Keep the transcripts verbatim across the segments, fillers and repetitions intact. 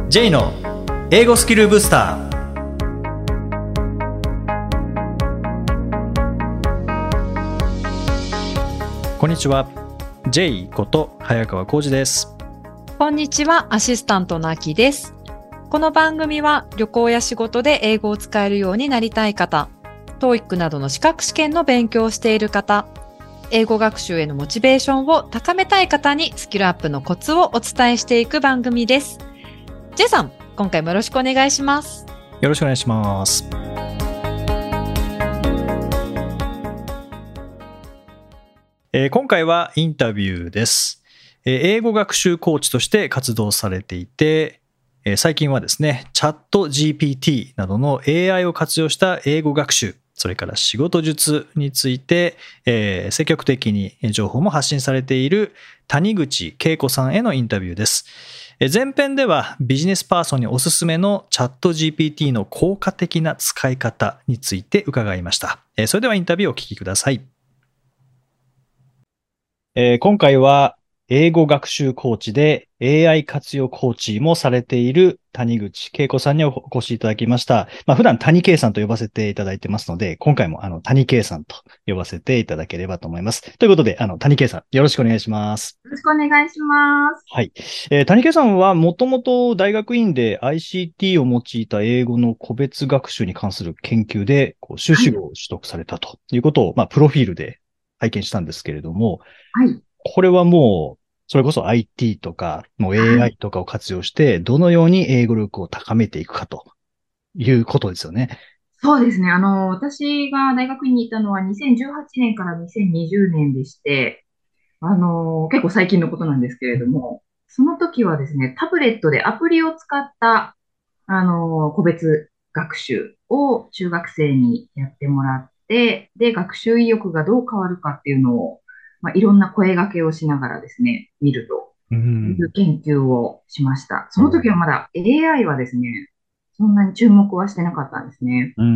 J の英語スキルブスター。こんにちは。 J こと早川浩二です。 こんにちは、アシスタントのあきです。この番組は旅行や仕事で英語を使えるようになりたい方、トーイック などの資格試験の勉強をしている方、英語学習へのモチベーションを高めたい方にスキルアップのコツをお伝えしていく番組です。J さん、今回もよろしくお願いします。 よろしくお願いします。えー、今回はインタビューです。えー、英語学習コーチとして活動されていて、えー、最近はですね、チャット ジーピーティー などの エーアイ を活用した英語学習、それから仕事術について、えー、積極的に情報も発信されている谷口恵子さんへのインタビューです。前編ではビジネスパーソンにおすすめのチャット ジーピーティー の効果的な使い方について伺いました。それではインタビューをお聞きください。えー、今回は英語学習コーチで エーアイ 活用コーチもされている谷口恵子さんにお越しいただきました。まあ、普段谷圭さんと呼ばせていただいてますので、今回もあの谷圭さんと呼ばせていただければと思います。ということで、あの谷圭さん、よろしくお願いします。 よろしくお願いします。 はい。えー、谷圭さんはもともと大学院で アイシーティー を用いた英語の個別学習に関する研究で、こう修士号を取得されたということを、はい、まあ、プロフィールで拝見したんですけれども、 はい。 これはもう、それこそ アイティー とか、もう エーアイ とかを活用して、どのように英語力を高めていくかということですよね。 そうですね。あの、私が大学院に行ったのはにせんじゅうはちねんからにせんにじゅうねんでして、あの、結構最近のことなんですけれども、その時はですね、タブレットでアプリを使った、あの、個別学習を中学生にやってもらって、で、学習意欲がどう変わるかっていうのを、まあ、いろんな声掛けをしながらですね、見るという研究をしました。その時はまだ エーアイ はですね、そんなに注目はしてなかったんですね。 うん。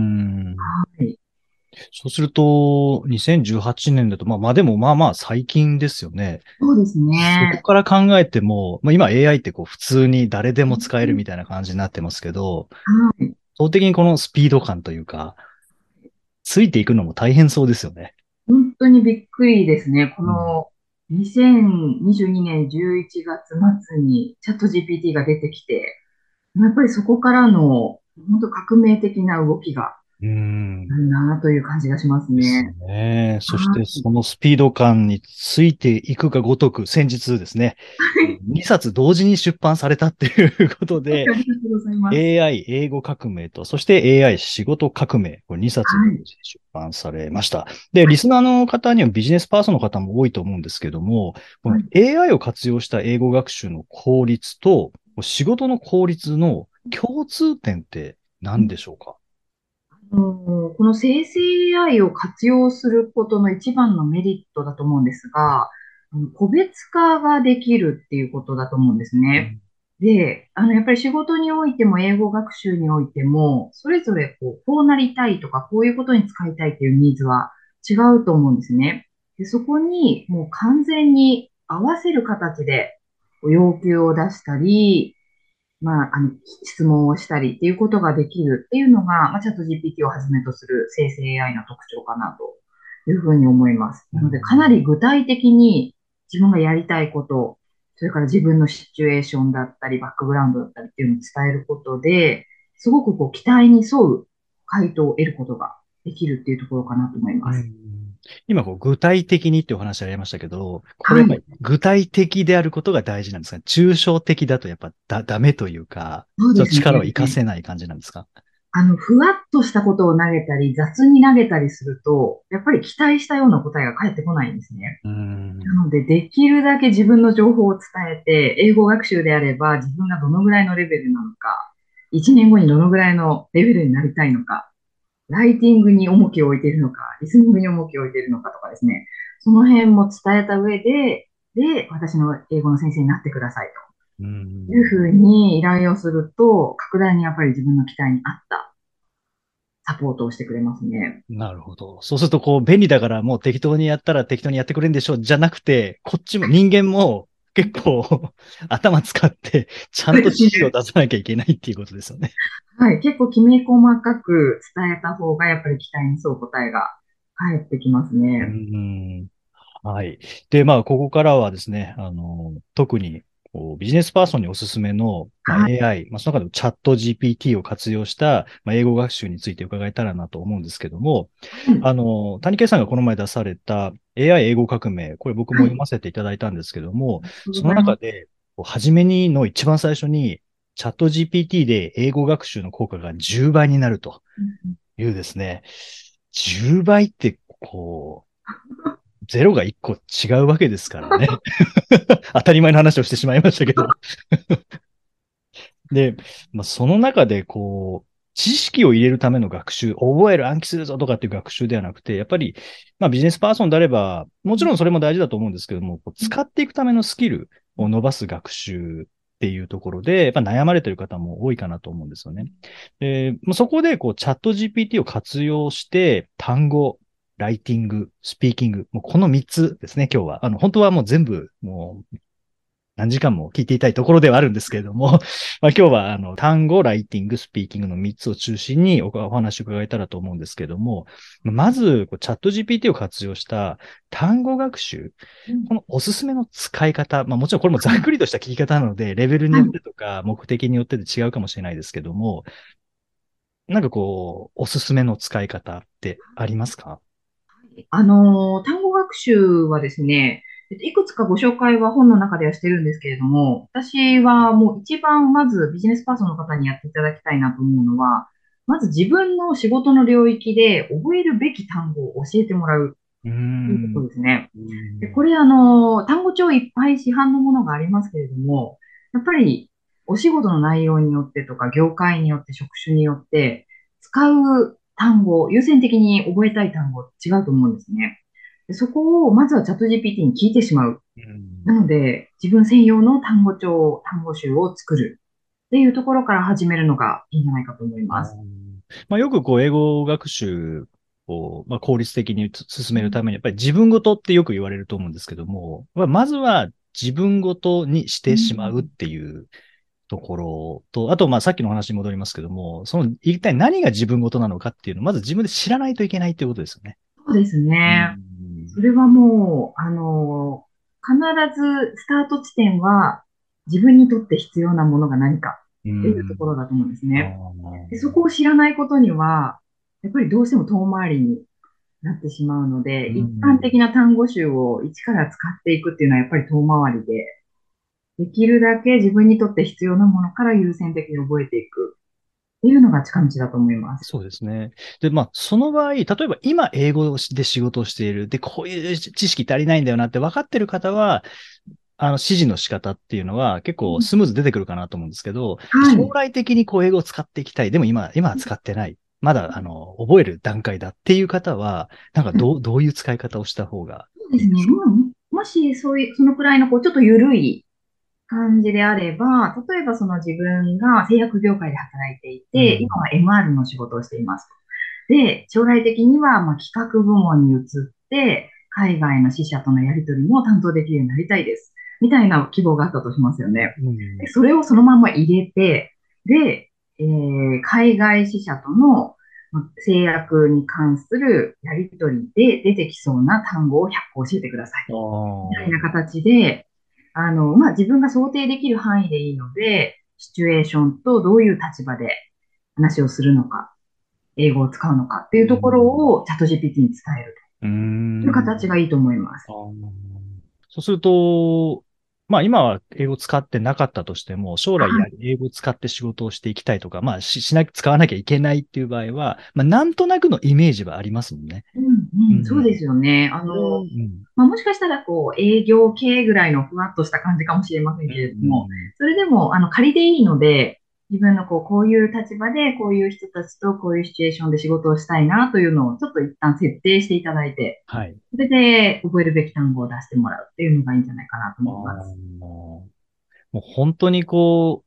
はい。 そうすると、にせんじゅうはちねんだと、まあまあでもまあまあ最近ですよね。 そうですそこね。 から考えても、まあ、今 エーアイ ってこう普通に誰でも使えるみたいな感じになってますけど、 はい。 圧倒的にこのスピード感というか、ついていくのも大変そうですよね。 本当にびっくりですね。こうん、 のにせんにじゅうにねんじゅういちがつ末にチャット ジーピーティー が出てきて、やっぱりそこからの本当革命的な動きがうーん。 あるなという感じがしますですね。 ね。そしてはい。 そのスピード感についていくがごとく、先日ですね、にさつ同時に出版されたっていうことで、 ありがとうございます。 エーアイ 英語革命と、そして エーアイ 仕事革命、これにさつ同はい。 時に出版されました。で、リスナーの方にはビジネスパーソンの方も多いと思うんですけども、このはい。 エーアイ を活用した英語学習の効率と、仕事の効率の共通点って何でしょうか？ もうこの生成 エーアイ を活用することの一番のメリットだと思うんですが、あの個別化ができるっていうことだと思うんですね。で、あの、やっぱり仕事においても英語学習においても、それぞれこう、こうなりたいとか、こういうことに使いたいっていうニーズは違うと思うんですね。で、そこにもう完全に合わせる形でこう要求を出したり、まあ、あの、質問をしたりっていうことができるっていうのが、まあ、チャット ジーピーティー をはじめとする生成 エーアイ の特徴かなというふうに思います。なので、かなり具体的に自分がやりたいこと、それから自分のシチュエーションだったり、バックグラウンドだったりっていうのを伝えることで、すごくこう、期待に沿う回答を得ることができるっていうところかなと思います。 うん、今こう、具体的にってお話ありましたけど、これやっぱりはい。 具体的であることが大事なんですか？抽象的だとやっぱだ、ダメというか、ちょっとそうですね。 力を活かせない感じなんですか？ あの、ふわっとしたことを投げたり、雑に投げたりすると、やっぱり期待したような答えが返ってこないんですね。 うーん。 なので、できるだけ自分の情報を伝えて、英語学習であれば自分がどのぐらいのレベルなのか、いちねんごにどのぐらいのレベルになりたいのか、ライティングに重きを置いているのか、リスニングに重きを置いているのかとかですね、その辺も伝えた上で、で、私の英語の先生になってくださいうーというふん。 うに依頼をすると、格段にやっぱり自分の期待に合ったサポートをしてくれますね。 なるほど。そうすると、こう、便利だからもう適当にやったら適当にやってくれるんでしょうじゃなくて、こっちも人間も結構頭使ってちゃんと指示を出さなきゃいけないっていうことですよね。 はい。結構きめ細かく伝えた方が、やっぱり期待に沿う答えが返ってきますうね。 ん。はい。で、まあ、ここからはですね、あの、特にこうビジネスパーソンにおすすめの、まあ、 はい。 エーアイ、まあ、その中でもチャット ジーピーティー を活用した、まあ、英語学習について伺えたらなと思うんですけども、 はい。 あの、谷圭さんがこの前出された エーアイ 英語革命、これ僕もはい。あり読ませていただいたんですけども、 がとうごそのざいます。 中で、こう初めにの一番最初に、チャット ジーピーティー で英語学習の効果がじゅうばいになるとうんいうですね、じゅうばいって、こう、ゼロがいっこ違うわけですからね。当たり前の話をしてしまいましたけど。で、まあ、その中で、こう、知識を入れるための学習、覚える、暗記するぞとかっていう学習ではなくて、やっぱり、まあ、ビジネスパーソンであれば、もちろんそれも大事だと思うんですけども、こう使っていくためのスキルを伸ばす学習っていうところで、やっぱ悩まれてる方も多いかなと思うんですよね。で、もうそこで、こう、チャット ジーピーティー を活用して、単語、ライティング、スピーキング、もうこのみっつですね、今日は。あの、本当はもう全部、もう何時間も聞いていたいところではあるんですけれども、まあ、今日はあの単語、ライティング、スピーキングのみっつを中心におお話を伺えたらと思うんですけれども、まず、こうチャット ジーピーティー を活用した単語学習、 うん。 このおすすめの使い方、まあもちろんこれもざっはい。 くりとした聞き方なので、レベルにはい。 よってとか目的によってで違うかもしれないですけども、なんかこう、おすすめの使い方ってありますか？ あのー、単語学習はですね、えっといくつかご紹介は本の中ではしてるんですけれども、私はもう一番まずビジネスパーソンの方にやっていただきたいなと思うのは、まず自分の仕事の領域で覚えるべき単語を教えてもらううーというとこん。 ろですね。 うで、 ーん。 これあの、単語帳いっぱい市販のものがありますけれども、やっぱりお仕事の内容によってとか、業界によって、職種によって、使う単語、優先的に覚えたい単語違うと思うんですね。でそこをまずはチャット ジーピーティー に聞いてしまう。 うーん。 なので、自分専用の単語帳、単語集を作るっていうところから始めるのがいいんじゃないかと思いあーます。 まあ、よくこう、英語学習を、まあ、効率的につ進めるために、やっぱり自分ごとってよく言われると思うんですけども、まあ、まずは自分ごとにしうてしまうっん。 ていうところと、あと、まあ、さっきの話に戻りますけども、その、一体何が自分ごとなのかっていうのを、まず自分で知らないといけないっていうことですよね。 そうですうね。 ん。 それはもう、あの、必ずスタート地点は自分にとって必要なものが何かうっていうところん。 だと思うんですあね。で、そこをー知らないことには、やっぱりどうしても遠回りになってしまうのうで、一般ん。 的な単語集を一から使っていくっていうのはやっぱり遠回りで、できるだけ自分にとって必要なものから優先的に覚えていくっていうのが近道だと思います。 そうですね。で、まあ、その場合、例えば今英語で仕事をしている。で、こういう知識足りないんだよなって分かってる方は、あの、指示の仕方っていうのは結構スムーズに出てくるかなと思うんですけど、 はい。 将来的にこう英語を使っていきたい。でも今、今は使ってない。まだ、あの、覚える段階だっていう方は、なんかどう、どういう使い方をした方がそうですね。 いいですか？ もうもしそういう、そのくらいのこうちょっと緩い感じであれば、例えばその自分が製薬業界で働いていて、今うん。 は エムアール の仕事をしていますと。で、将来的にはまあ企画部門に移って、海外の支社とのやり取りも担当できるようになりたいです。みたいな希望があったとしますよね。 うん。 でそれをそのまま入れて、で、えー海外支社とのまあ製薬に関するやり取りで出てきそうな単語をひゃっこ教えてください。 あみたいなあ。 形で、あの、まあ、自分が想定できる範囲でいいので、シチュエーションとどういう立場で話をするのか、英語を使うのかってういうところん。 をチャット ジーピーティー に伝えるうというん。 形がいいと思います。 あーそうすると、まあ今は英語を使ってなかったとしても、将来やはい。 英語を使って仕事をしていきたいとか、まあし、しな、使わなきゃいけないっていう場合は、まあなんとなくのイメージはありますもんね。 うんうん、そうでうん。 すよね。あそれを、うの、 ん。 まあ、もしかしたら、こう、営業系ぐらいのふわっとした感じかもしれませんうけれども、 ん。 それでも、あの、仮でいいので、自分のこう、こういう立場で、こういう人たちとこういうシチュエーションで仕事をしたいなというのを、ちょっと一旦設定していただいて、 はい。 それで覚えるべき単語を出してもらうっていうのがいいんじゃないかなとあ思います。 ーもう本当にこう、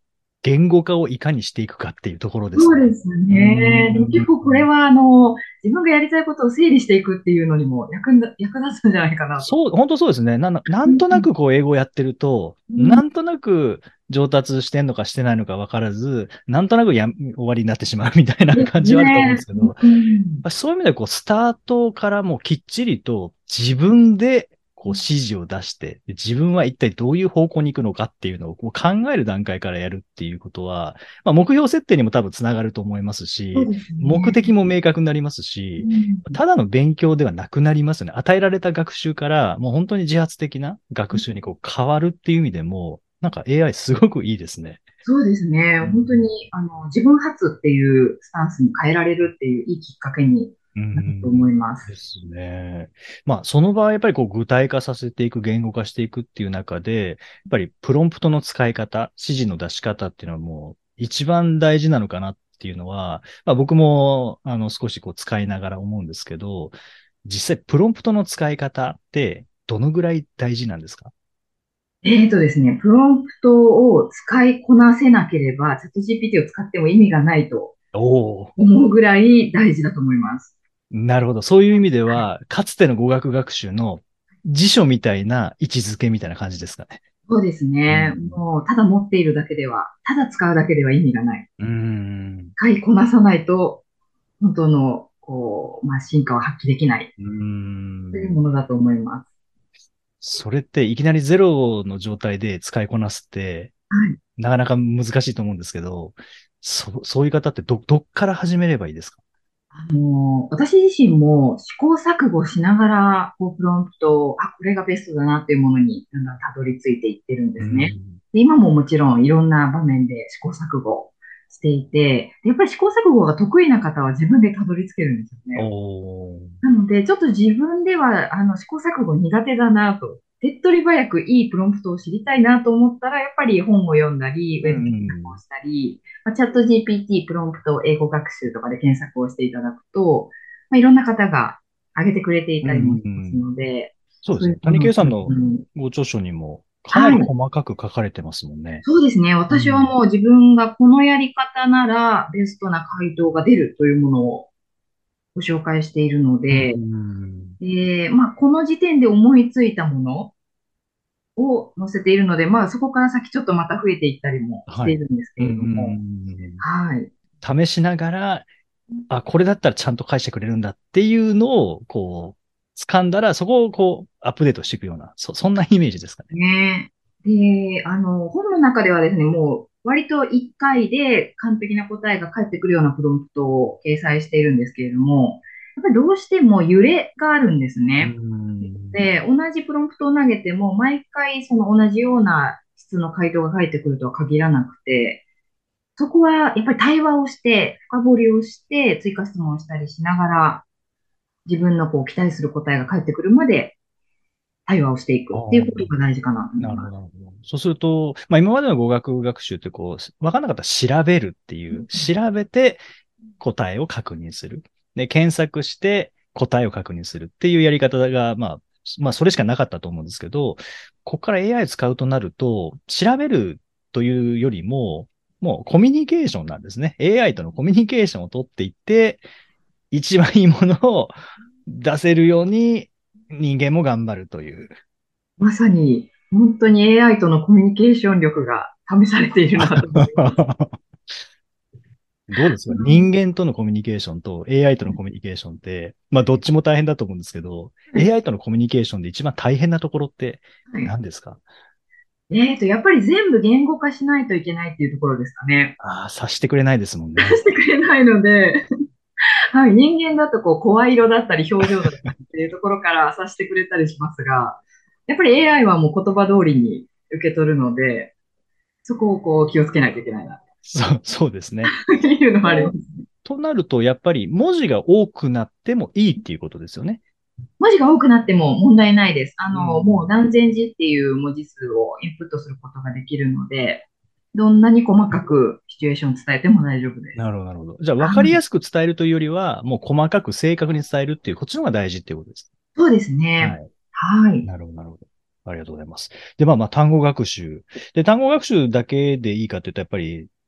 言語化をいかにしていくかっていうところですね。 そうですね。でも結構これは、あの、自分がやりたいことを整理していくっていうのにも役に役立つんじゃないかなと。 そう、本当そうですね。な、ななんとなうんくこう英語をやってると、 うんなんとなく上達してんのかしてないのか分からず、なんとなくや終わりになってしまうみたいなです感じはあると思うんでね。 すけど、 うんそういう意味でこうスタートからもうきっちりと自分でこう指示を出して、で自分は一体どういう方向に行くのかっていうのをこう考える段階からやるっていうことは、まあ、目標設定にも多分つながると思いますし、 そうです目ね。 的も明確になりますうし、 んただの勉強ではなくなりますよね。与えられた学習から、もう本当に自発的な学習にこう変わるっていう意味でも、なんか エーアイ すごくいいですね。 そうですね。 うん本当に、あの、自分発っていうスタンスに変えられるっていういいきっかけにうなるとん思います。 ですね。まあ、その場合、やっぱりこう具体化させていく、言語化していくっていう中で、やっぱりプロンプトの使い方、指示の出し方っていうのはもう一番大事なのかなっていうのは、まあ、僕もあの少しこう使いながら思うんですけど、実際プロンプトの使い方ってどのぐらい大事なんですか？ えーとですね、プロンプトを使いこなせなければ、チャット ジーピーティー を使っても意味がないとおおー、 思うぐらい大事だと思います。 なるほど。そういう意味では、かつての語学学習の辞書みたいな位置づけみたいな感じですかね。 そうですね。 うん。 もう、ただ持っているだけでは、ただ使うだけでは意味がない。 うーん。 使いこなさないと、本当の、こう、まあ、進化を発揮できないうーというん。 ものだと思います。 それっていきなりゼロの状態で使いこなすって、 はい。 なかなか難しいと思うんですけど、そ、そういう方ってど、どっから始めればいいですか？ あの、私自身も試行錯誤しながら、こう、プロンプトを、あ、これがベストだなっていうものに、だんだんたどり着いていってるんでうすね。 ん。 で、今ももちろんいろんな場面で試行錯誤していて、やっぱり試行錯誤が得意な方は自分でたどり着けるんですよね。 おー。 なので、ちょっと自分では、あの、試行錯誤苦手だなと、手っ取り早くいいプロンプトを知りたいなと思ったら、やっぱり本を読んだり、 うウェブ検索をん。 したり、まあ、チャット ジーピーティー プロンプト英語学習とかで検索をしていただくと、まあ、いろんな方が挙げてくれていうたりもしますん。 ので、 そうですね。 そういうものを、 谷圭さんのうん、 ご著書にもかなりはい。 細かく書かれてますもんね。 そうですね。 うん。 私はもう自分がこのやり方ならベストな回答が出るというものをご紹介しているのうで、 ん。 で、まあ、この時点で思いついたものを載せているので、まあ、そこから先ちょっとまた増えていったりもしはい。 ているんですけうん。 れども、 うんはい。 試しながら、あ、これだったらちゃんと返してくれるんだっていうのを、こう、掴んだら、そこをこう、アップデートしていくような、そ、そんなイメージですかね。 ね。で、あの、本の中ではですね、もう、割といっかいで完璧な答えが返ってくるようなプロンプトを掲載しているんですけれども、やっぱりどうしても揺れがあるんですうね。 ん。 で、同じプロンプトを投げても、毎回その同じような質の回答が返ってくるとは限らなくて、そこはやっぱり対話をして、深掘りをして、追加質問をしたりしながら、自分のこう期待する答えが返ってくるまで対話をしていあくっていうことあ、 が大事かなと思いなるほど、 ます。 なるほど。そうすると、まあ今までの語学学習ってこう、わかんなかったら調べるっていう、調べて答えを確認する。で、検索して答えを確認するっていうやり方が、まあ、まあそれしかなかったと思うんですけど、ここから エーアイ 使うとなると、調べるというよりも、もうコミュニケーションなんですね。エーアイ とのコミュニケーションを取っていって、一番いいものを出せるように人間も頑張るという。 まさに、本当に エーアイ とのコミュニケーション力が試されているなと思います。 どうですか？人間とのコミュニケーションと エーアイ とのコミュニケーションって、まあどっちも大変だと思うんですけど、 はい。 エーアイ とのコミュニケーションで一番大変なところってはい。 何ですか？ えーと、やっぱり全部言語化しないといけないっていうところですかね。 ああ、察してくれないですもんね。 してくれないので、はい、人間だとこう声色だったり表情だったりっていうところから察してくれたりしますが、やっぱり エーアイ はもう言葉通りに受け取るので、そこをこう気をつけないといけないな、 そう、そうですね。 というのはありまと、 すね。 となると、やっぱり文字が多くなってもいいっていうことですよね。 文字が多くなっても問題ないです。あの、もうん。 う何千字っていう文字数をインプットすることができるので、どんなに細かくシチュエーションを伝えても大丈夫です。 なるほど、なるほど。じゃあ、わかりはい。 やすく伝えるというよりは、もう細かく正確に伝えるっていう、こっちの方が大事っていうことです。 そうですね。 はい。 はい。 なるほど、なるほど。ありがとうございます。で、まあまあ、単語学習。で、単語学習だけでいいかというと、やっぱり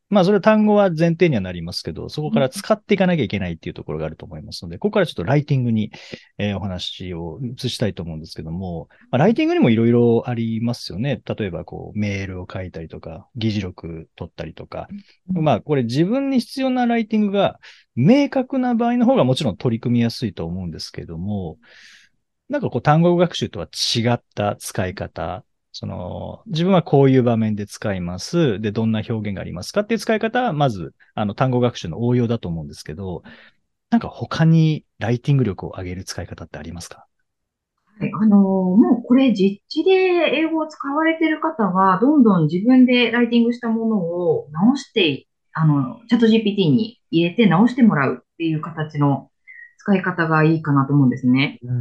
まあ、それは単語は前提にはなりますけど、そこから使っていかなきゃいけないっていうところがあると思いますので、ここからちょっとライティングに、えーお話を移したいと思うんですけども、まあ、ライティングにもいろいろありますよね。例えば、こう、メールを書いたりとか、議事録取ったりとか。まあ、これ自分に必要なライティングが明確な場合の方がもちろん取り組みやすいと思うんですけども、なんかこう単語学習とは違った使い方、その、自分はこういう場面で使います。で、どんな表現がありますかっていう使い方は、まず、あの、単語学習の応用だと思うんですけど、なんか他にライティング力を上げる使い方ってありますか？ はい、あのーもうこれ実地で英語を使われている方は、どんどん自分でライティングしたものを直して、あの、チャット ジーピーティー に入れて直してもらうっていう形の使い方がいいかなと思うんですね。 うん。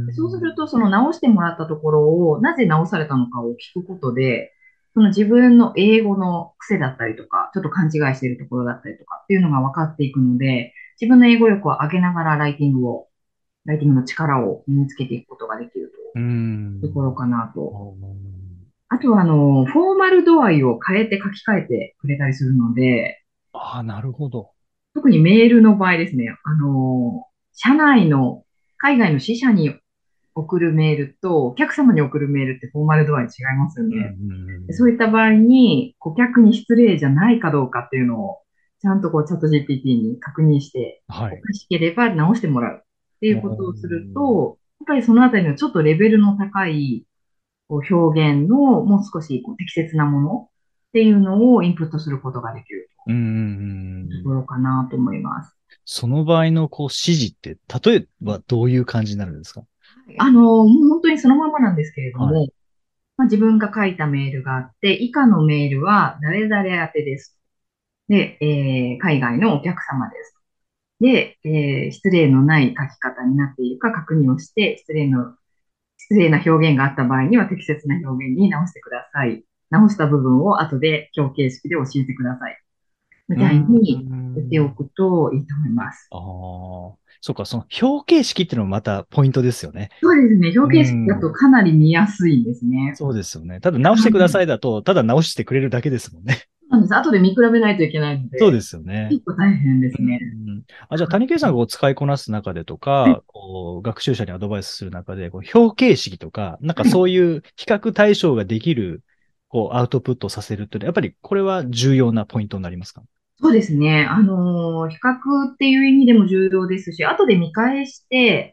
そうすると、その直してもらったところを、なぜ直されたのかを聞くことで、その自分の英語の癖だったりとか、ちょっと勘違いしているところだったりとかっていうのが分かっていくので、自分の英語力を上げながらライティングをライティングの力を身につけていくことができるうというところん。 かなと。 おー。 あとは、あの、フォーマル度合いを変えて書き換えてくれたりするので、 ああ、なるほど。 特にメールの場合ですね、あの、社内の、海外の支社に送るメールと、お客様に送るメールってフォーマル度合い違いますようんうね。でんそういった場合に、顧客に失礼じゃないかどうかっていうのを、ちゃんとこう、チャット ジーピーティー に確認して、 うん。はい。 おかしければ直してもらうっていおうことをするー。 と、やっぱりそのあたりのちょっとレベルの高いこう表現のもう少しこう適切なものっていうのをインプットすることができるうんうんうとこん。 ろかなと思います。 その場合のこう指示って、例えばどういう感じになるんですか？ あの、もう本当にそのままなんですけれどはい。 も、まあ、自分が書いたメールがあって、以下のメールは誰々宛てです。で、えー海外のお客様です。で、えー失礼のない書き方になっているか確認をして、失礼の、失礼な表現があった場合には適切な表現に直してください。直した部分を後で表形式で教えてください。みうーたいに言っておん。 くといいと思います。 ああ、そうか、その表形式っていうのもまたポイントですよね。 そうですね。 う表形式だとん。 かなり見やすいんですね。 そうですよね。ただ直してくだはい。 さいだと、ただ直してくれるだけですもんね。 そうなんです。後で見比べないといけないのそうでで、 すよね。 結構大変でうすね。 ん。あ、じゃあ、谷圭さんがこう使いこなす中でとか、こう学習者にアドバイスする中で、こう表形式とか、なんかはい。 そういう比較対象ができる、こう、アウトプットさせるっていうのは、やっぱりこれは重要なポイントになりますか？ そうですね。あのー比較っていう意味でも重要ですし、後で見返して、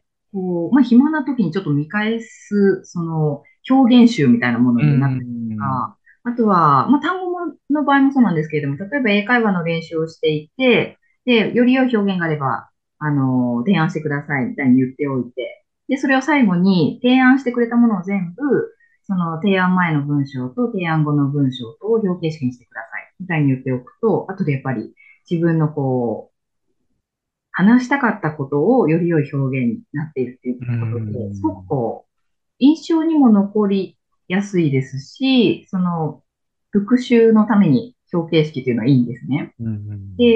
こう、まあ、暇な時にちょっと見返す、その、表現集みたいなものうになったりとん。 か、あとは、まあ、単語もの場合もそうなんですけれども、例えば英会話の練習をしていて、で、より良い表現があれば、あのー提案してくださいみたいに言っておいて、で、それを最後に提案してくれたものを全部、その提案前の文章と提案後の文章と表形式にしてください。みたいに言っておくと、後でやっぱり自分のこう、話したかったことをより良い表現になっているといううことで、すごくん。 こう、印象にも残りやすいですし、その、復習のために表形式というのはいいんですね。 うん。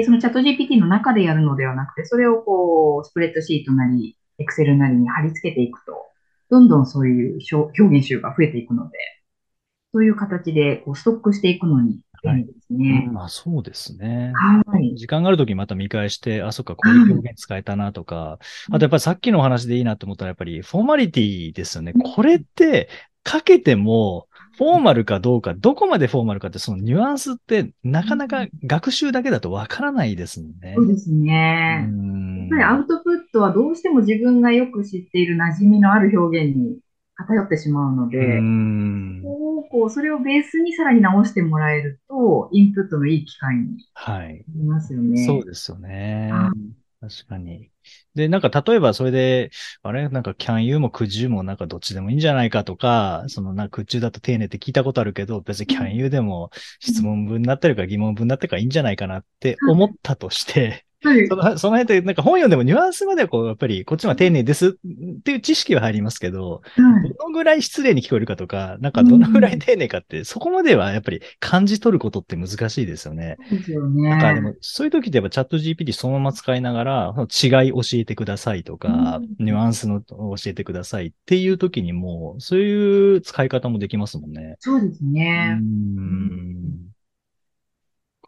で、そのチャット ジーピーティー の中でやるのではなくて、それをこう、スプレッドシートなり、エクセルなりに貼り付けていくと、どんどんそういう表表現集が増えていくので、そういう形でこうストックしていくのにはい。 便利ですね。 うん、まあそうですね。 はい。 時間があるときにまた見返して、あ、そっか、こういうはい。 表現使えたなとか、あとやっぱりさっきのお話でいいなと思ったら、やっぱりフォーマリティですよね。これってかけても、フォーマルかどうか、どこまでフォーマルかって、そのニュアンスってなかなか学習だけだとわからないですもんね。 そうですうーね。やっぱりアん。 ウトプットはどうしても自分がよく知っている馴染みのある表現に偏ってしまうのうーで、 ん。 こうこうそれをベースにさらに直してもらえると、インプットのいい機会にはい。 なりますよね。 そうですよね。 あ、 確かに。で、なんか例えばそれで、あれなんか can you も could you もなんかどっちでもいいんじゃないかとか、そのなんか could you だと丁寧って聞いたことあるけど、別にうん can you でもうん、 質問文になってるか疑問文になってるかいいんじゃないかなって思ったとして、 はい。 その、その辺ってなんか本読んでもニュアンスまではこう、やっぱりこっちの方が丁寧ですっていう知識は入りますけど、どはい。 のぐらい失礼に聞こえるかとか、なんうかどのぐらいん。 丁寧かって、そこまではやっぱり感じ取ることって難しいですよね。 そうですよなんかでね。 も、そういう時ってやっぱチャット ジーピーティー そのまま使いながら、その違い教えてくださいとうか、ニュん。 アンスの教えてくださいっていう時にも、そういう使い方もできますもんね。 そうですうーね。うん。 ん。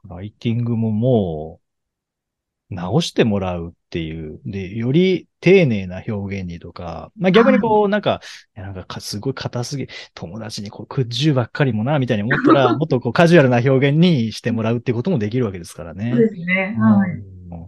ライティングももう直してもらうっていう。で、より丁寧な表現にとか、まあ逆にはい。 こう、なんか、いやなんかかすごい硬すぎ、友達にこう、くっじゅうばっかりもな、みたいに思ったら、もっとこうカジュアルな表現にしてもらうってこともできるわけですからそうね。 ですね。はい。 うん、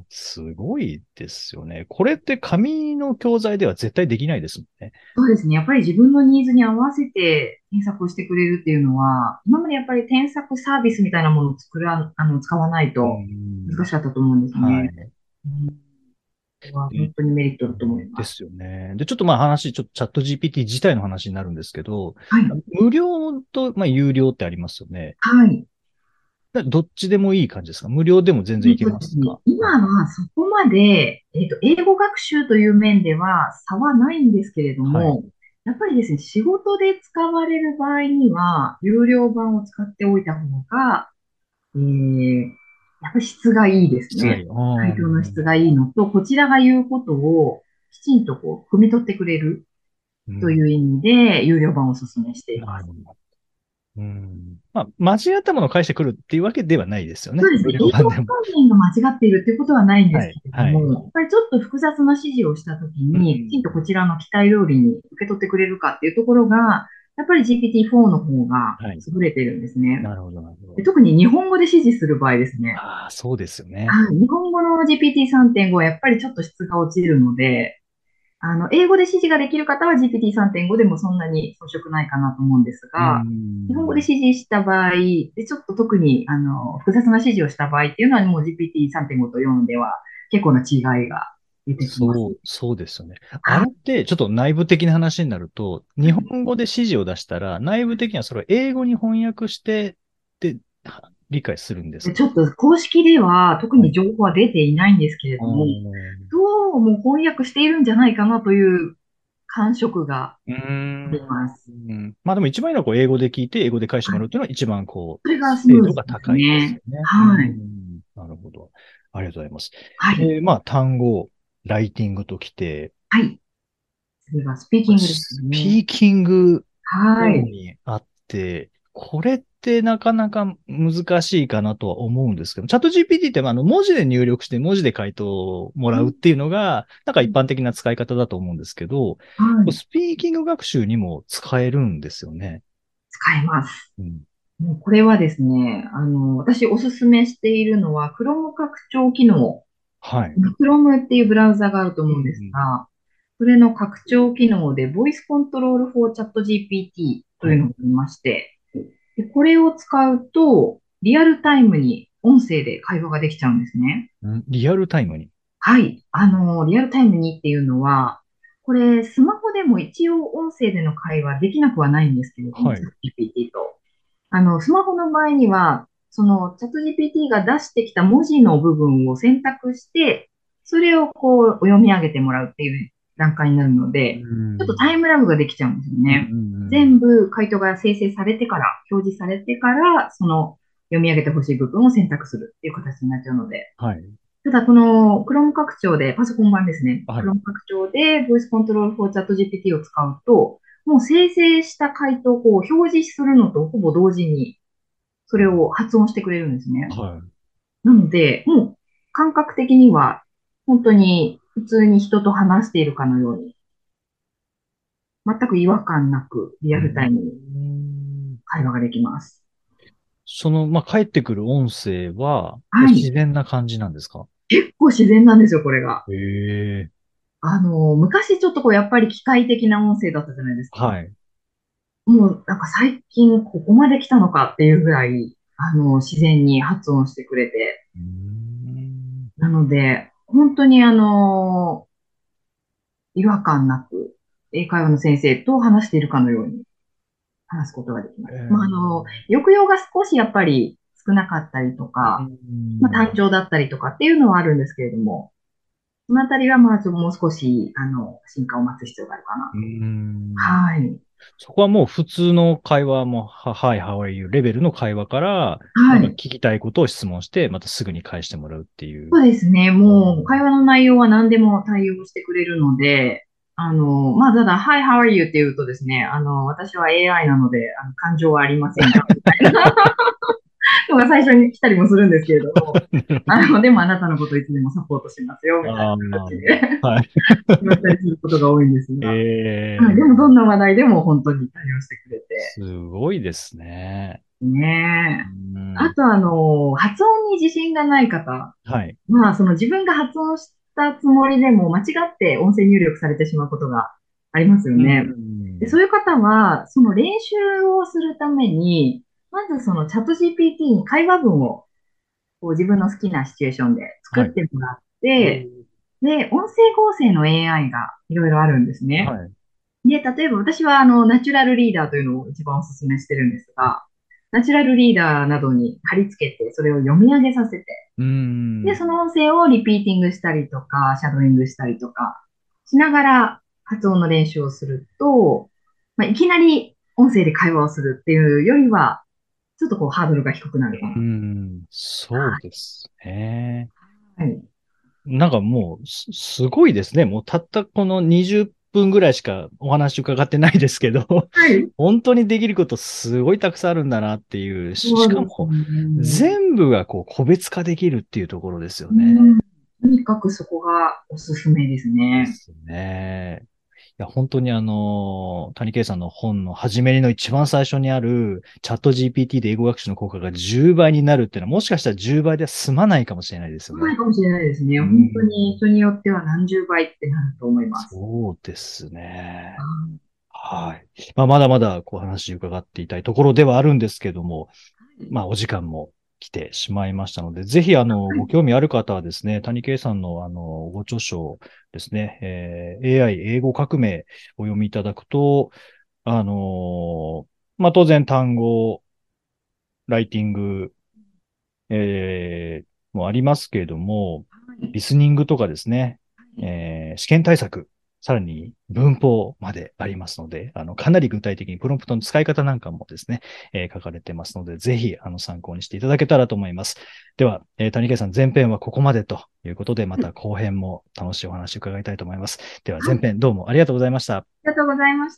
すごいですよね。これって紙の教材では絶対できないですもんね。 そうですね。やっぱり自分のニーズに合わせて添削をしてくれるっていうのは、今までやっぱり添削サービスみたいなものを作ら、あの、使わないうと難ん。 しかったと思うんですね。 はい。 うん、これはで本当にメリットだと思うんいます。 ですよね。で、ちょっとまあ話、ちょっとチャット ジーピーティー 自体の話になるんですけど、 はい。 無料と、まあ、有料ってありますよね。 はい。 だどっちでもいい感じですか？無料でも全然いけえっとですね、 ますか？はい。 今はそこまで、えっと、英語学習という面では差はないんですけれどはい。 も、やっぱりですね、仕事で使われる場合には、有料版を使っておいた方が、えー、やっぱり質がいいですね。 質がいい。う回答の質ん。 がいいのと、こちらが言うことをきちんとこう、汲み取ってくれるうん。 という意味で、有料版をお勧めしています。 なるほど。うん。まあ、間違ったものを返してくるっていうわけではないですよね。 そうですね。 無料英語版でも。 関連が間違っているっていうことはないんではい。 すけれどはい。 も、やっぱりちょっと複雑な指示をしたときうに、きちんとこん。 ちらの期待通りに受け取ってくれるかっていうところが、やっぱり ジーピーティーフォー の方がはい。 優れてるんですね。 なるほど、なるほど。 で特に日本語で指示する場合ですね。 ああ、そうですよね。 はい、日本語の ジーピーティーさんてんご はやっぱりちょっと質が落ちるので、あの、英語で指示ができる方は ジーピーティーさんてんご でもそんなに遜色ないかなと思うんですうが、日本語でん。 指示した場合、で、ちょっと特に、あの、複雑な指示をした場合っていうのはもう ジーピーティーさんてんご とよんでは結構な違いが出てきます。 そう、そうですよね。あはい。 れって、ちょっと内部的な話になると、日本語で指示を出したら、内部的にはそれを英語に翻訳して、で、は理解するんですか？ でちょっと公式では特はい。 に情報は出ていないんですけれあども、 ーどうも翻訳しているんじゃないかなという感触がうーありん。 ます。 まあでも一番いいのはこう英語で聞いて、英語で返してはい。 もらうっていうのが一番こう、 それがス精ムーズです度が高いですね。 よね。うはい。 ん。なるほど。ありがとうございます。 はい。 で、まあ単語、ライティングときて、 はい。次はスピーキングですスね。 ピーキングはい。 興味あって、これってなかなか難しいかなとは思うんですけど、チャット ジーピーティー ってまああの文字で入力して文字で回答をもらうっていうのが、なんか一般的な使い方だと思うんですけど、 はい。 スピーキング学習にも使えるんですよね。 使えます。 うん。 もうこれはですね、あの、私おすすめしているのは、Chrome 拡張機能。 はい。 Chrome っていうブラウザがあるとう思うんですん。 が、それの拡張機能で Voice Control for Chat ジーピーティー とはい。 いうのがありまして、で、これを使うと、リアルタイムに音声で会話ができちゃうんですね。 んリアルタイムに。 はい。あの、リアルタイムにっていうのは、これ、スマホでも一応音声での会話できなくはないんですけれども、 はい。 チャット ジーピーティー と。あの、スマホの場合には、そのチャット ジーピーティー が出してきた文字の部分を選択して、それをこう読み上げてもらうっていう段階になるのうで、ちょっとタイん。 ムラグができちゃうんですようん。 ね。全うん。 部回答が生成されてから、表示されてから、その読み上げてほしい部分を選択するっていう形になっちゃうので、 はい。 ただ、この Chrome 拡張で、パソコン版ですね。 はい。 Chrome 拡張で Voice Control for Chat ジーピーティー を使うと、もう生成した回答をこう表示するのとほぼ同時に、それを発音してくれるんですね。 はい。 なので、もう感覚的には、本当に普通に人と話しているかのように、全く違和感なくリうアルタイムにん。 会話ができます。 その、まあ、返ってくる音声は、 はい。 自然な感じなんですか？ 結構自然なんですよ、これが。 へえ。 あの、昔ちょっとこう、やっぱり機械的な音声だったじゃないですか。 はい。 もうなんか最近ここまで来たのかっていうぐらい、あの、自然に発音してくれて。 うーん。 なので、本当にあの、違和感なく、英会話の先生と話しているかのように話すことができます。まあ、あえー、 の、抑揚が少しやっぱり少なかったりとうか、まあ、単ん。 調だったりとかっていうのはあるんですけれども、そのあたりはまあ、ちょっともう少し、あの、進化を待つ必要があるかなうと。 ん。 はい。 そこはもう普通の会話も、は、はい、how are you レベルの会話から、なんか聞はい。 きたいことを質問して、またすぐに返してもらうっていう。 そうですね。 うもう、会ん。 話の内容は何でも対応してくれるので、あの、まあ、ただ、Hi, how are you って言うとですね、あの、私は エーアイ なので、あの、感情はありませんが、みたいなのが最初に来たりもするんですけれども、あの、でもあなたのこといつでもサポートしますよ、みたいな形で、 はい。 言ったりすることが多いんですが、 えはい、でー、 もどんな話題でも本当に対応してくれて、 すごいですね。 ねうえ。あん、 と、あの、発音に自信がない方、 はい。 まあ、その自分が発音したつもりでも間違って音声入力されてしまうことがありますようね。で、 ん。 そういう方は、その練習をするために、まずそのチャット ジーピーティー に会話文をこう自分の好きなシチュエーションで作はい。 ってもらって、で、音声合成の エーアイ がいろいろあるんですね。 はい。 で、例えば私はあの、ナチュラルリーダーというのを一番お勧めしてるんですが、ナチュラルリーダーなどに貼り付けて、それを読み上げさせて、 うで、 ん。 その音声をリピーティングしたりとか、シャドーイングしたりとかしながら発音の練習をすると、まあ、いきなり音声で会話をするっていうよりは、ちょっとこうハードルが低くなるかうな。 ん。そうですね。 はい。 なんかもう、す、すごいですね。もうたったこのにじゅっぷんぐらいしかお話伺ってないですけど、 はい。 本当にできることすごいたくさんあるんだなっていう、ししそうですかもね。 全部がこう個別化できるっていうところですよね。 うん。とにかくそこがおすすめですね。 ですね。いや、本当にあの、谷圭さんの本の始めの一番最初にある、チャット ジーピーティー で英語学習の効果がじゅうばいになるっていうのは、もしかしたらじゅうばいでは済まないかもしれないですよね。 ないかもしれないですね。 う本当にん。 人によっては何十倍ってなると思います。 そうですね。 ははい。まあ、まだまだこう話伺っていたいところではあるんですけども、 い。 まあ、お時間も来てしまいましたので、ぜひ、あの、ご興味ある方はですね、谷圭さんの、あの、ご著書ですね、えー エーアイ 英語革命をお読みいただくと、あの、まあ、当然単語、ライティング、えーもありますけれども、 はい。 リスニングとかですね、えー試験対策、さらに文法までありますので、あの、かなり具体的にプロンプトの使い方なんかもですね、えー書かれてますので、ぜひ、あの、参考にしていただけたらと思います。では、えー谷圭さん、前編はここまでということで、また後編も楽しいお話を伺いたいと思います。では、 はい。 前編どうもありがとうございました。 ありがとうございました。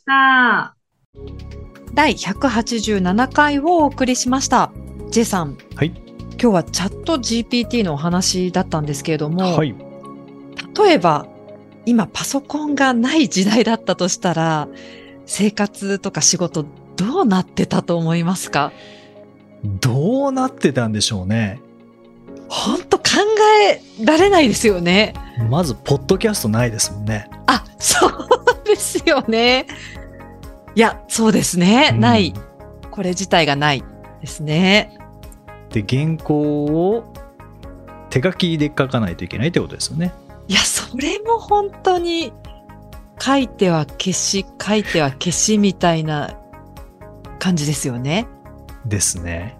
だいひゃくはちじゅうななかいをお送りしました。J さん。 はい。 今日はチャット ジーピーティー のお話だったんですけれども、 はい。 例えば今パソコンがない時代だったとしたら、生活とか仕事どうなってたと思いますか？ どうなってたんでしょうね。 本当考えられないですよね。 まず、ポッドキャストないですもんね。 あ、そうですよね。いや、そうですね。 うんない。これ自体がないですね。 で、原稿を手書きで書かないといけないってことですよね。 いや、それも本当に書いては消し、書いては消しみたいな感じですよね。 ですね。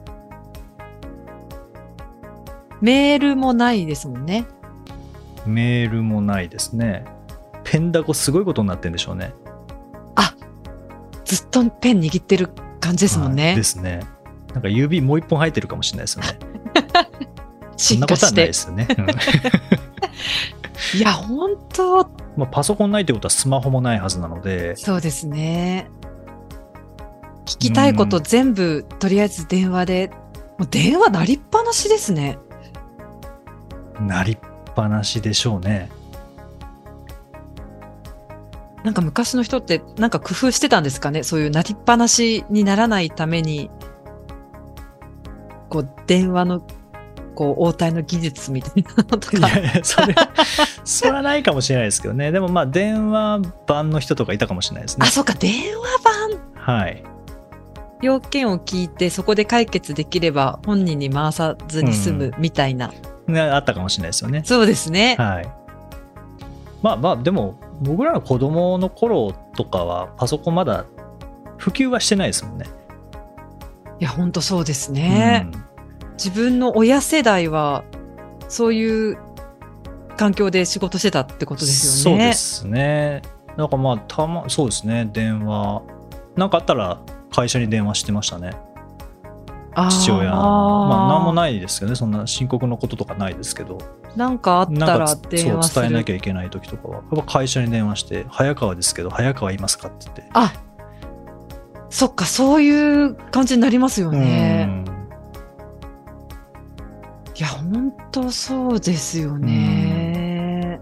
メールもないですもんね。 メールもないですね。ペンダコすごいことになってるんでしょうね。 あ、ずっとペン握ってる感じですもんね。 はいですね。なんか指もう一本入ってるかもしれないですよね。そん進なことはない化して。 ですよね。 いや、本当、 まあ、パソコンないってことはスマホもないはずなので、 そうですね。聞きたいこと全部、とりあえず電話で、もう電話鳴りっぱなしですね。 なりっぱなしでしょうね。 なんか昔の人ってなんか工夫してたんですかね。そういう鳴りっぱなしにならないために、こう電話のこう応対の技術みたいなのとか。 いやいや、それ、それはないかもしれないですけどね。でもまあ、電話番の人とかいたかもしれないですね。 あ、そうか、電話番。 はい。 要件を聞いてそこで解決できれば本人に回さずに済むみたいな。 ね、あったかもしれないですよね。 そうですね。 はい。まあまあ、でも、僕らの子供の頃とかは、パソコンまだ普及はしてないですもんね。 いや、本当そうですね。 うん自分の親世代はそういう環境で仕事してたってことですよね。 そうですね。だからまあ、たま、そうですね、電話。なんかあったら会社に電話してましたね。父親。まあ、なんもないですけどね、そんな深刻なこととかないですけど。 なんかあったなんから電話する。 そう伝えなきゃいけない時とかは、やっぱ会社に電話して、早川ですけど、早川いますかって言って。 あ、そっか、そういう感じになりますよね。 当そうですよね。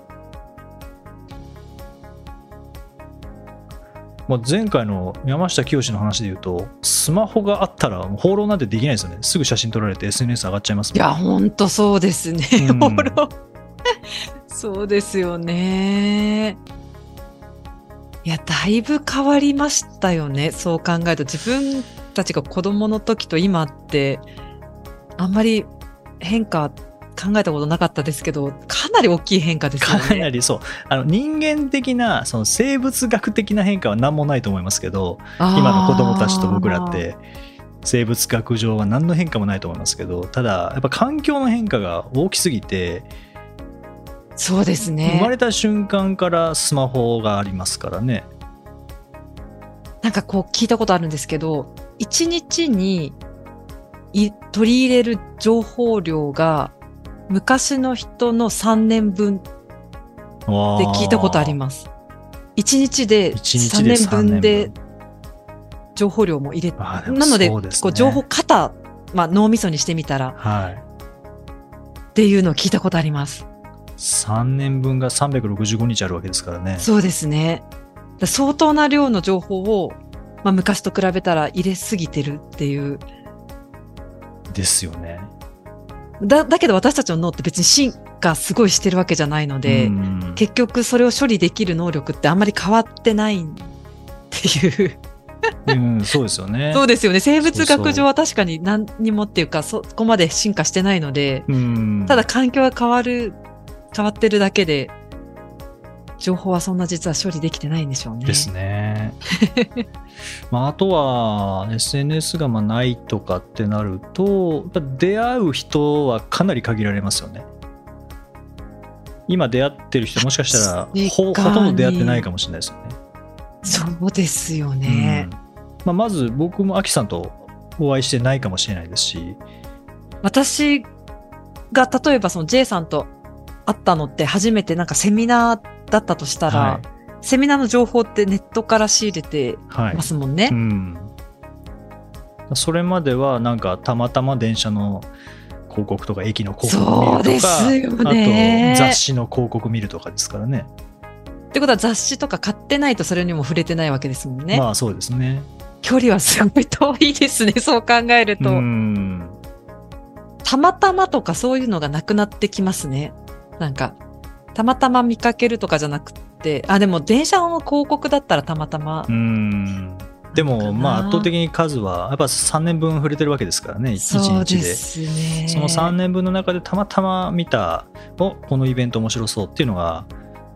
もう前回の山下清の話で言うと、スマホがあったらもう放浪なんてできないですよね。すぐ写真撮られて エスエヌエス 上がっちゃいますもん。 いや本当そうですね、 うん放浪そうですよね。いやだいぶ変わりましたよね。そう考えると自分たちが子供の時と今ってあんまり変化考えたことなかったですけど、かなり大きい変化ですよね。 かなりそう。あの人間的なその生物学的な変化は何もないと思いますけど、今の子供たちと僕らって生物学上は何の変化もないと思いますけど、ただやっぱ環境の変化が大きすぎて、 そうですね。 生まれた瞬間からスマホがありますからね。 なんかこう聞いたことあるんですけど、一日にい取り入れる情報量が昔の人のさんねんぶんって聞いたことあります。一日でさんねんぶんで情報量も入れて、なので、ね、こう情報型、まあ、脳みそにしてみたら、はい、っていうのを聞いたことあります。 さんねんぶんがさんびゃくろくじゅうごにちあるわけですからね。 そうですね。相当な量の情報を、まあ、昔と比べたら入れすぎてるっていう。 ですよね。 だ、だけど私たちの脳って別に進化すごいしてるわけじゃないので、結局それを処理できる能力ってあんまり変わってないっていう。 うん、そうですよね。 そうですよね。生物学上は確かに何にもっていうか、そこまで進化してないので、うんただ環境が変わる、変わってるだけで、情報はそんな実は処理できてないんでしょうね。 ですね。まあ、あとは エスエヌエス がまあないとかってなると、出会う人はかなり限られますよね。今出会ってる人もしかしたら ほ, ほとんど出会ってないかもしれないですよね。 そうですよね。 うんまあ、まず僕もアキさんとお会いしてないかもしれないですし、 私が例えばその J さんと会ったのって初めてなんかセミナーだったとしたら、はい、セミナーの情報ってネットから仕入れてますもんね、はいうん、 それまではなんかたまたま電車の広告とか駅の広告見るとか、そうですよね、あと雑誌の広告見るとかですからね。 ってことは雑誌とか買ってないとそれにも触れてないわけですもんね。 まあそうですね。 距離はすごい遠いですね、そう考えると。うんたまたまとかそういうのがなくなってきますね。なんかたまたま見かけるとかじゃなくて、あでも電車の広告だったらたまたま。 うんでもまあ圧倒的に数はやっぱさんねんぶん触れてるわけですからね、いちにちで。そうですね。そのさんねんぶんの中でたまたま見たおこのイベント面白そうっていうのが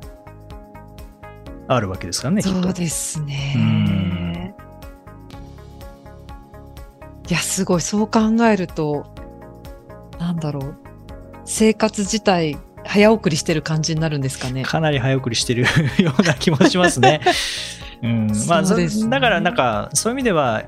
あるわけですからね。 そうですね。いやすごい、そう考えるとなんだろう、生活自体早送りしてる感じになるんですかね。 かなり早送りしてるような気もしますね。うんまあ、そうですね。だからなんかそういう意味では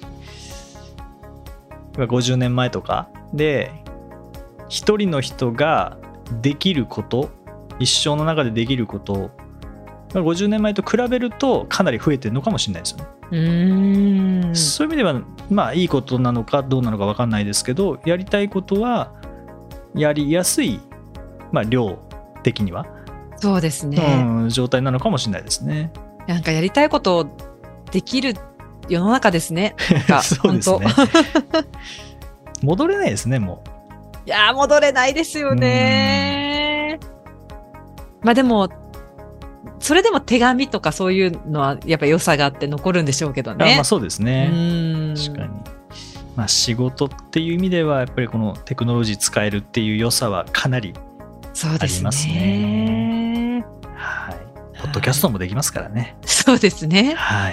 ごじゅうねんまえとかで一人の人ができること、一生の中でできることごじゅうねんまえと比べるとかなり増えてるのかもしれないですよね。うーんそういう意味ではまあいいことなのかどうなのか分かんないですけど、やりたいことはやりやすい、まあ、量的にはそうですね、 うん、状態なのかもしれないですね。 なんかやりたいことできる世の中ですね。なんかそうですね。戻れないですね、もう。 いや戻れないですよね。まあでもそれでも手紙とかそういうのはやっぱ良さがあって残るんでしょうけどね。 あまあそうですね。うん確かに。まあ仕事っていう意味ではやっぱりこのテクノロジー使えるっていう良さはかなりありますね。はい。ポッドキャストもできますからね。 そうですね。 はい。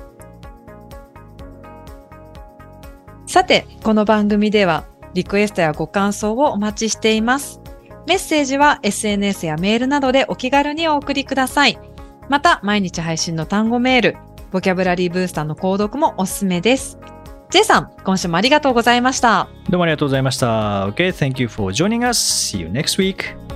さてこの番組ではリクエストやご感想をお待ちしています。メッセージは エスエヌエス やメールなどでお気軽にお送りください。また、毎日配信の単語メール、ボキャブラリーブースターの購読もおすすめです。J さん、今週もありがとうございました。 どうもありがとうございました。Okay, thank you for joining us. See you next week.